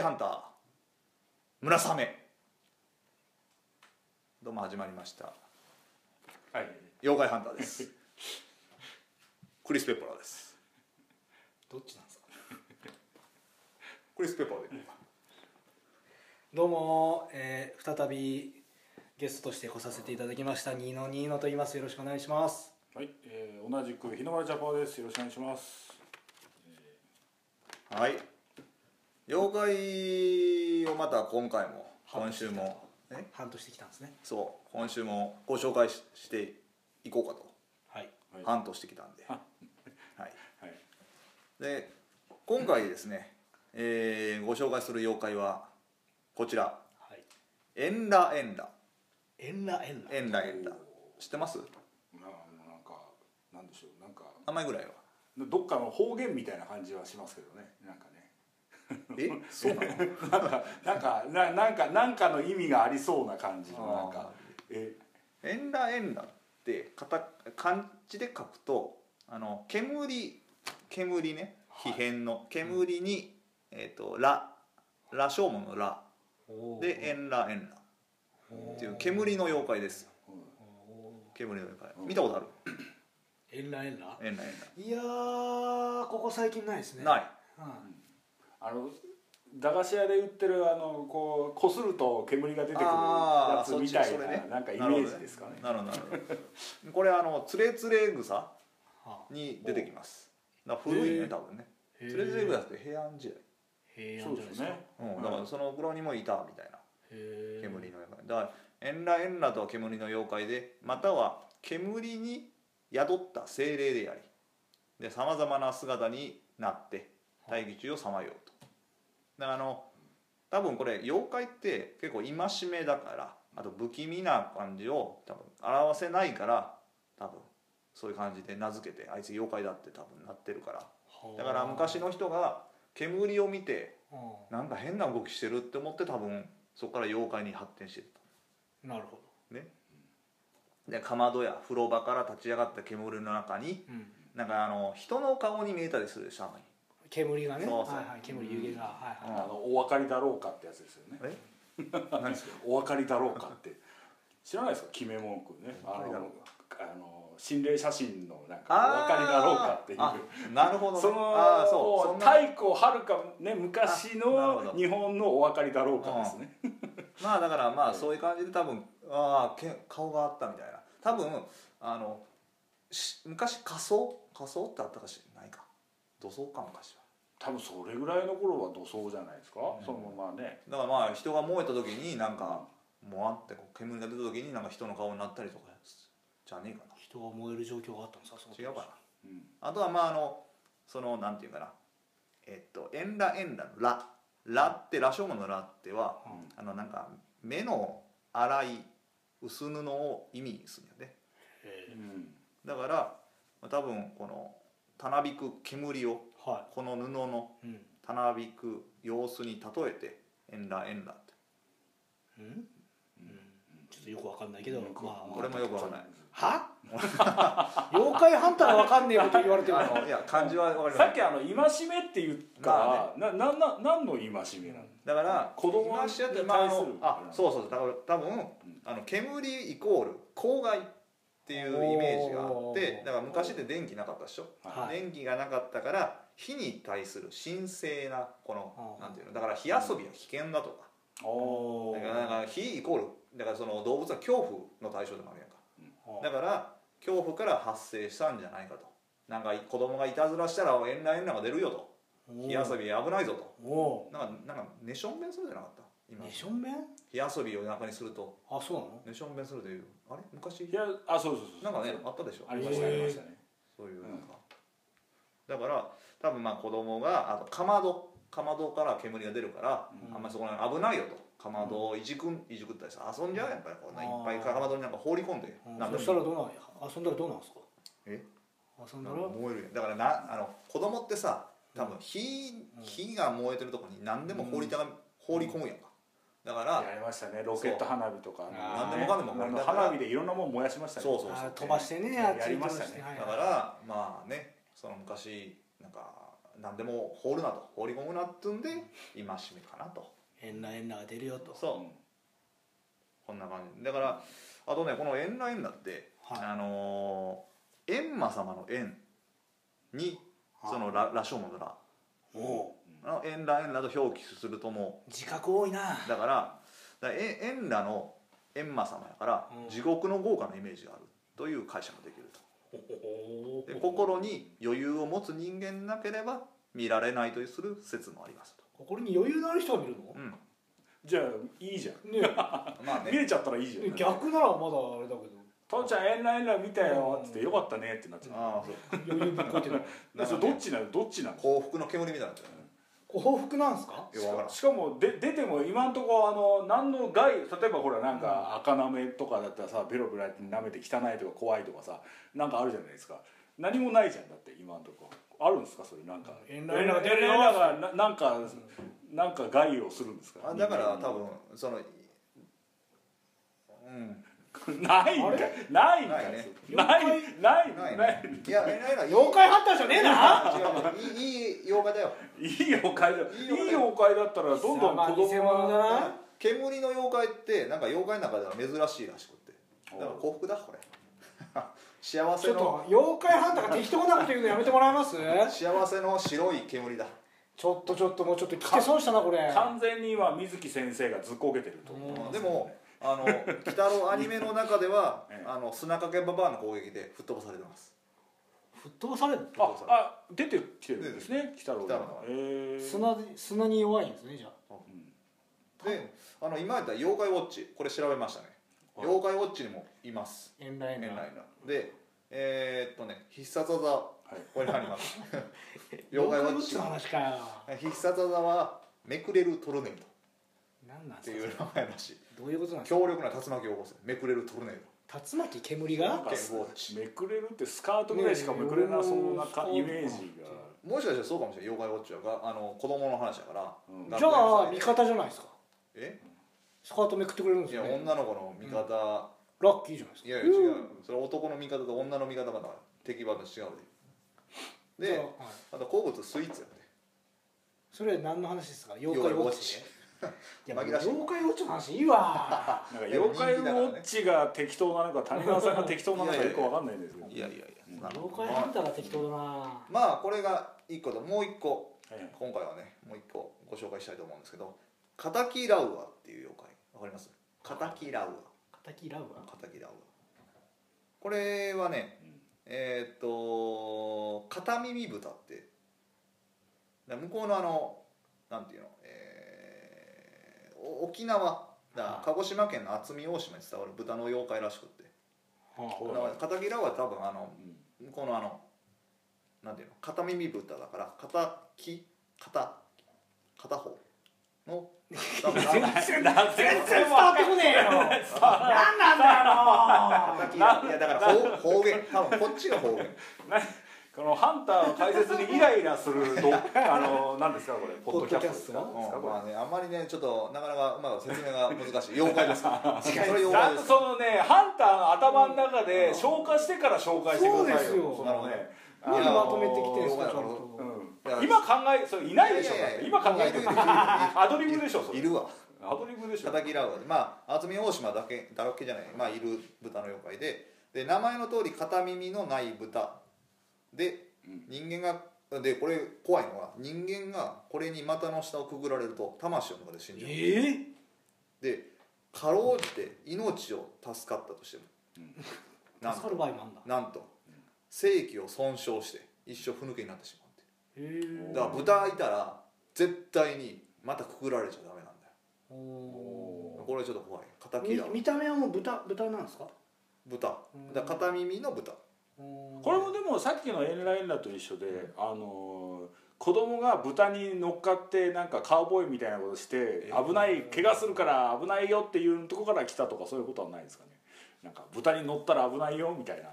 ハンター村雨。どうも始まりました。 はい。 妖怪ハンターです。クリス・ペッパーです。 どっちなんですか。 クリス・ペッパーで。 どうも、再びゲストとして来させていただきましたニーノニーノと言います。よろしくお願いします。 はい、同じく日の丸ジャパーです。よろしくお願いします。 はい。妖怪をまた今回も今週もハントしてきたんですね。 そう、今週もご紹介していこうかと。 はい。 ハントしてきたんで。はい。 はい。 で、今回ですね、ご紹介する妖怪はこちら。 はい。 エンラエンラ。 エンラエンラ。 エンラエンラ。知ってます？ なんかなんでしょう、なんか名前ぐらいは。 どっかの方言みたいな感じはしますけどね。なんかね。 そうなの？ なんかの意味がありそうな感じのなんか。 エンラエンラって漢字で書くと煙ね、皮片の煙に羅生門の羅でエンラエンラっていう煙の妖怪ですよ。煙の妖怪見たことある？ エンラエンラ。 エンラエンラ。 いやー、ここ最近ないですね。 ない。 駄菓子屋で売ってるこすると煙が出てくるやつみたいな、なんかイメージですかね。 なるほど。これつれつれ草に出てきます。だから古いね、多分ね。つれつれ草って平安時代。 平安時代ですね。 だからその頃にもいたみたいな煙の妖怪だから、エンラエンラとは煙の妖怪で、または煙に宿った精霊でありで、さまざまな姿になって大義中をさまようと。だから多分これ妖怪って結構戒めだから、あと不気味な感じを多分表せないから、多分そういう感じで名付けて、あいつ妖怪だって多分なってるから。だから昔の人が煙を見てなんか変な動きしてるって思って、多分そこから妖怪に発展してると。なるほどね。で、かまどや風呂場から立ち上がった煙の中に、なんか人の顔に見えたりするでしょ、 煙がね。 そうそう、 はいはい、煙湯気が、はいはい。 お分かりだろうかってやつですよね。 何ですか？ お分かりだろうかって知らないですか？決め文句ね。心霊写真のなんかお分かりだろうかっていう。 なるほどね。 そう太古はるかね、昔の日本のお分かりだろうかですね。 まあだからまあそういう感じで、多分顔があったみたいな。多分昔仮装ってあったかしらないか。土葬か昔は。 多分それぐらいの頃は土葬じゃないですか。そのままね。 だからまあ人が燃えた時になんかもわって煙が出た時になんか人の顔になったりとかじゃねえかな。 人が燃える状況があったんですか？ 違うかな。あとはまあそのなんていうかな、エンラエンラのラって羅生門のラっては、なんか目の粗い薄布を意味するんやね。だから多分このたなびく煙を、この布のたなびく様子に例えてエンラエンラって。 ちょっとよくわかんないけど、 これもよくわかんない。 は？妖怪ハンターがわかんねえこと言われてる。 いや漢字はわかります。 さっき戒めって言ったから何の戒めなの？ だから子供に対する。 そうだから多分煙イコール公害っていうイメージがあって、だから昔って電気なかったでしょ。電気がなかったから火に対する神聖なこのなんていうの、だから火遊びは危険だとか。だから火イコールだからその動物は恐怖の対象でもあるやんか。だから恐怖から発生したんじゃないかと。なんか子供がいたずらしたらエンラエンラが出るよと。火遊び危ないぞと。なんか寝しょんべんするじゃなかった。 寝しょんべん？ 火遊びを中にすると。 あ、そうなの？ 寝しょんべんするという。あれ昔？ そうなんかねあったでしょ。 ありましたね。 そういうなんか。だから多分まあ子供があとかまどから煙が出るから、あんまりそこに危ないよと。かまどをいじくったりさ、遊んじゃうやんか、こんないっぱいかまどになんか放り込んで。 そしたらどうなん？遊んだらどうなんですか？遊んだら燃えるやん。だから子供ってさ、多分火が燃えてるとこに何でも放り込むやんか。だからやりましたね。ロケット花火とか何でもかんでも花火でいろんなもん燃やしましたね。 そう飛ばしてね、 やりましたね。 だからまあね、その昔なんか何でも放るなと、放り込むなってんで戒めかなと。 エンラが出るよと。 そう、こんな感じだから。あとね、このエンラって、 はい、 閻魔様の閻にその羅生門の羅、エンラと表記するともう自覚多いな。 だからエンラの閻魔様やから、地獄の豪華のイメージがあるという解釈ができると。で心に余裕を持つ人間なければ見られないとする説もありますと。 心に余裕のある人が見るの？ じゃあいいじゃん、 ねまあね、見れちゃったらいいじゃん。 逆ならまだあれだけど、 父ちゃんエンラ見たよっつってよかったねってなっちゃう。 ああ、そう余裕ぶっこいてる。 それどっちなの？どっちなの？ 幸福の煙みたいなやつだよね。 幸福なんすか？ しかも出ても今んとこ何の害、例えばほらなんか赤なめとかだったらさ、ベロベロ舐めて汚いとか怖いとかさ、なんかあるじゃないですか。何もないじゃん、だって今んとこあるんですか、それ。なんかエンラが出るよがなんか害をするんですか。 だから多分そのないんかい、ないんかい、ないいや、 妖怪ハンターじゃねえな。 違う、いい妖怪だよ。 いい妖怪だ。いい妖怪だったらどんどん子供が。 煙の妖怪ってなんか妖怪の中では珍しいらしくって、だから幸福だこれ。幸せの。 ちょっと妖怪ハンターが適当なこと言うのやめてもらえます？ 幸せの白い煙だ。 ちょっともうちょっと来て損したなこれ。 完全に今水木先生がずっこけてると。 でも鬼太郎アニメの中では砂かけババアの攻撃で吹っ飛ばされてます。 吹っ飛ばされる？ 出てきてるんですね、鬼太郎が。 砂に弱いんですね、じゃあ。で今言った妖怪ウォッチ、これ調べましたね。妖怪ウォッチにもいます。 エンラで必殺技、これあります。妖怪ウォッチの話かよ。 必殺技はめくれるトルネードっていう名前らしい。 どういうことなんですか？ 強力な竜巻を起こすめくれるトルネード。 竜巻、煙がめくれるってスカートぐらいしかめくれなそうなイメージが。 もしかしたらそうかもしれない。妖怪ウォッチは子供の話だから。 じゃあ味方じゃないですか。スカートめくってくれるんですよね。 いや、女の子の味方、 ラッキーじゃないですか。 いやいや違う、それ男の味方と女の味方が敵場と違うで。あと好物スイーツやって。 それ何の話ですか？妖怪ウォッチ。いや、 紛らわしい。 妖怪ウォッチの話いいわ。 なんか妖怪ウォッチが適当なのか谷川さんが適当なのかよくわかんないんですけど。 いや妖怪ハンターが適当だな。 まあこれが1個と、もう1個今回はね、もう1個ご紹介したいと思うんですけど、カタキラウアっていう妖怪、わかります？カタキラウア。 カタキラウア。 これはね、片耳豚って向こうのなんていうの、沖縄だ、鹿児島県の渥美大島に伝わる豚の妖怪らしくって、カタキラウアは多分向こうのなんていうの、片耳豚だから片方の全然伝わってこねえよ。何なんだよ。 いやだから方言、多分こっちが方言。 このハンターの解説にイライラする何ですかこれ、ポッドキャストですか？ まあね、あんまりねちょっとなかなか説明が難しい。妖怪ですから。それ妖怪です。 そのね、ハンターの頭の中で消化してから紹介してくださいよ。 そうですよ。 そのね、 まとめてきてんすかちゃんと。 今それいないでしょ。今考えてる。アドリブでしょ。 いるわ。 アドリブでしょ。 カタキラウアで、まあ渥美大島だけじゃない、まあいる豚の妖怪で、名前の通り片耳のない豚で、人間がで、これ怖いのは人間がこれに股の下をくぐられると魂を抜かれて死んじゃう。でかろうじて命を助かったとしても、 助かる場合もあんだ。 なんと生気を損傷して一生ふぬけになってしまうって。だから豚いたら絶対にまたくぐられちゃダメなんだよ。これちょっと怖い。カタキラウア。 見た目はもう豚なんですか？ 豚だから片耳の豚。 これもでもさっきのエンラと一緒で、子供が豚に乗っかってなんかカウボーイみたいなことして危ない、怪我するから危ないよっていうところから来たとか、そういうことはないですかね。なんか豚に乗ったら危ないよみたいな。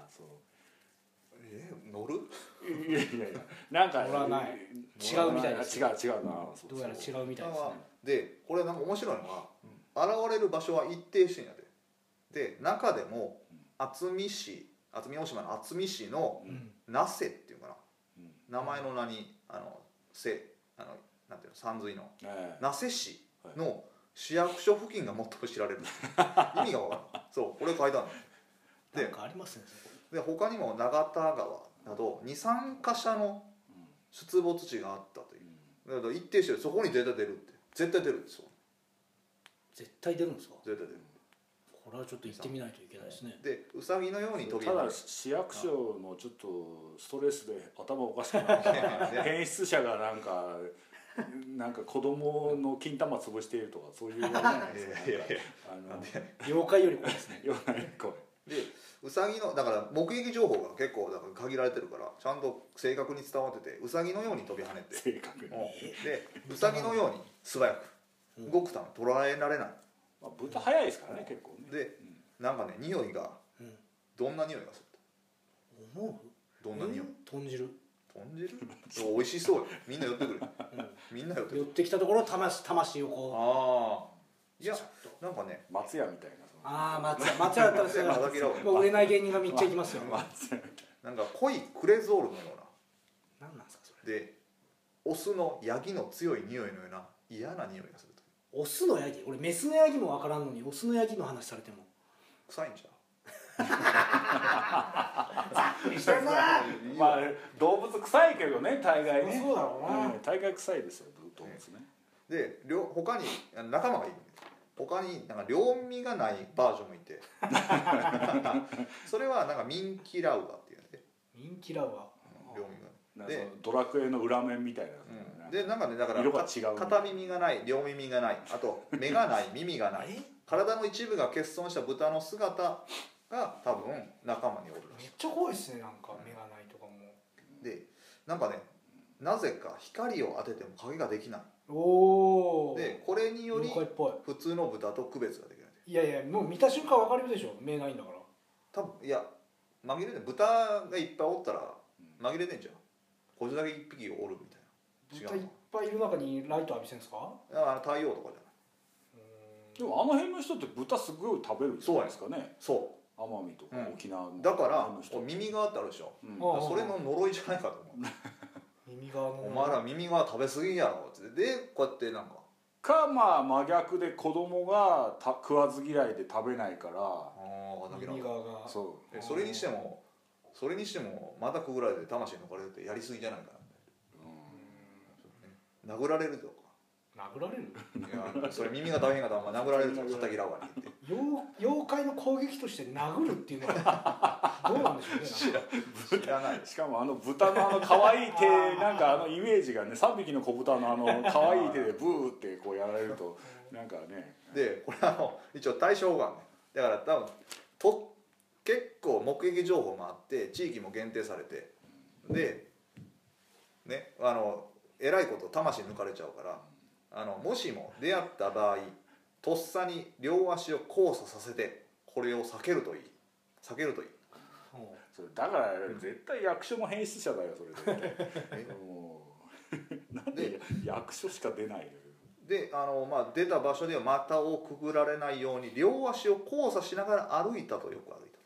乗る？ いやなんか乗らない。違うみたいです。 違うな。 どうやら違うみたいですね。 でこれなんか面白いのは、現れる場所は一定してんやで。で中でも渥美大島の渥美市の那瀬っていうかな、名前の名になんていうの山水のええ那須市の市役所付近が最も知られる意味が分からない。そうこれ書いてあるのなんかありますねで他にも長田川など 2,3 箇所の出没地があったというだから一定してそこに絶対出るって絶対出るんですよ。 絶対出るんですか。 絶対出る。 これはちょっと行ってみないといけないですね。 でウサギのように飛びただ跳ねる市役所のちょっとストレスで頭おかしくなった変質者がなんか子供の金玉潰しているとかそういうあれじゃないですか。 いやいやいや妖怪より怖いですね。 よくないこでウサギのだから目撃情報が結構だから限られてるからちゃんと正確に伝わっててウサギのように飛び跳ねて正確に、 でウサギのように素早く動くため捉えられないまあ、豚早いですからね結構ね。 でなんかね匂いがどんな匂いがする思う。 とどんな匂い豚汁。 豚汁美味しそうよみんな寄ってくるみんな寄ってくる寄ってきたところ魂をこう。 ああいやなんかね松屋みたいなああ松屋だったらそれ松屋もう売れない芸人がめっちゃ行きますよ。 松屋みたいなんか濃いクレゾールのよう何なんですかそれ。 なでオスのヤギの強い匂いのような嫌な匂いがするとオスのヤギ。俺メスのヤギもわからんのにオスのヤギの話されても。 臭いんじざっくりしてるな。 な。まあ動物臭いけどね大概ね。 そうだろうな。 大概臭いですよ動物ね。 で他に仲間がいるんです他になんか両身がないバージョンもいてそれはなんかミンキラウガっていうね人気ラウア両身がなんかそのドラクエの裏面みたいな、 でなんかねだから色が違う片耳がない両耳がないあと目がない耳がない体の一部が欠損した豚の姿が多分仲間におるらしめっちゃ怖いですね。なんか目がないとかも。 いでなんかねなぜか光を当てても影ができないおお。 でこれにより妖怪っぽい。 普通の豚と区別ができないいやいやもう見た瞬間わかるでしょ。目ないんだから。 多分いや紛れて豚がいっぱいおったら紛れてんじゃんこれだけ一匹おるみたいな豚いっぱいいる中にライト浴びせんすか。 だから太陽とかじゃないでもあの辺の人って豚すごい食べるじゃないですかね。 そ奄美とか沖縄のうだからあの人耳側ってあるでしょ、 うんああそれの呪いじゃないかと思う耳側の。 お前ら耳側食べ過ぎやろってでこうやってなんかかまあ真逆で子供が食わず嫌いで食べないからだけど耳側が。 そそれにしてもまたくぐられて魂抜かれるってやりすぎじゃないかな、殴られるとか殴られる。 いやそれ耳が大変かとお前殴られると叩きらわにって妖怪の攻撃として殴るっていうのはどうなんでしょうね。 知らない。 しかも豚の可愛い手なんかイメージがね3匹の子豚の可愛い手でブーってこうやられるとなんかねでこれ一応対象がねだから多分結構目撃情報もあって地域も限定されてでねえらいこと魂抜かれちゃうからもしも出会った場合とっさに両足を交差させてこれを避けるといいそれだから絶対役所の変質者だよそれ絶対なんで役所しか出ないのよで出た場所では股をくぐられないように両足を交差しながら歩いたとよく歩いた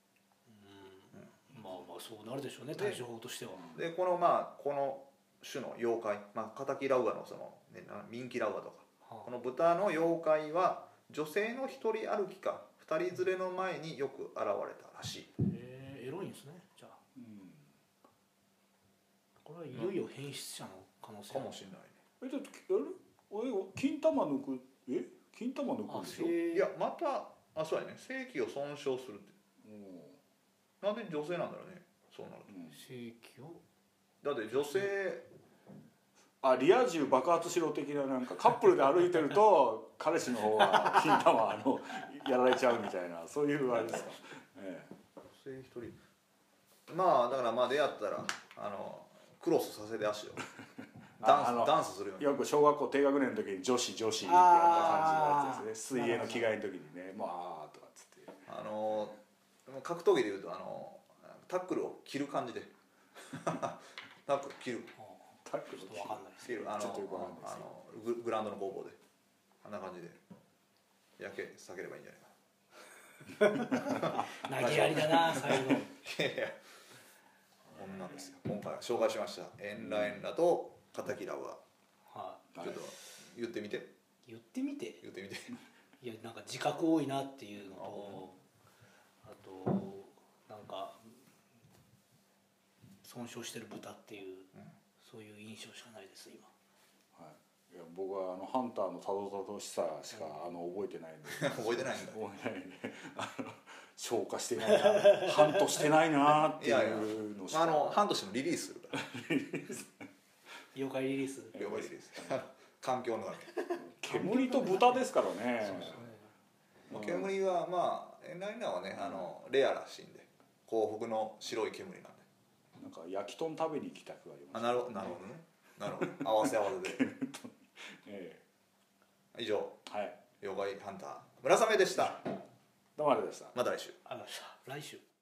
まあまあそうなるでしょうね。対処法としては。 でこの種の妖怪、カタキラウアのミンキラウアとかこの豚の妖怪は女性の一人歩きか二人連れの前によく現れたらしい。 エロいんですね。じゃあ、これはいよいよ変質者の可能性かもしれないね。 だって金玉抜く金玉抜くんでしょ。 いやまたそうやね性器を損傷するってなんで女性なんだろうねそうなると、 性器をだって女性リア充爆発しろ的ななんかカップルで歩いてると彼氏の方が金玉やられちゃうみたいなそういうあれですか、 女性一人だから出会ったらクロスさせて足をダンスするようによく小学校低学年の時に女子ってやった感じのやつですね。水泳の着替えの時にねとかっつって格闘技でいうとタックルを切る感じでタックル切るタックルちょっと分かんないです切るちょっとよくわかんないですグラウンドの工房であんな感じで避ければいいんじゃないかな投げやりだな最後。 いやこんなんですよ今回は紹介しましたエンラと敵らははちょっと言ってみてい、言ってみて。いや、なんか自覚多いなっていうのと、あとなんか損傷してる豚っていう、そういう印象しかないです今。 はい、いや僕はハンターのたどたどしさしか覚えてないんで覚えてないんだ。 覚えてないんで消化してないな、ハントしてないなっていうのしか。 ハントしてもリリースするから妖怪リリース。 妖怪リリース環境のわけ煙と豚ですからね。 煙はまあエンライナーはねレアらしいんで、幸福の白い煙なんで、 なんか焼き豚食べに行きたくなりました。 なるほどね、なるほど、合わせで以上、 はい、 妖怪ハンター村雨でした。 どうもありがとうございました。 また来週。 来週。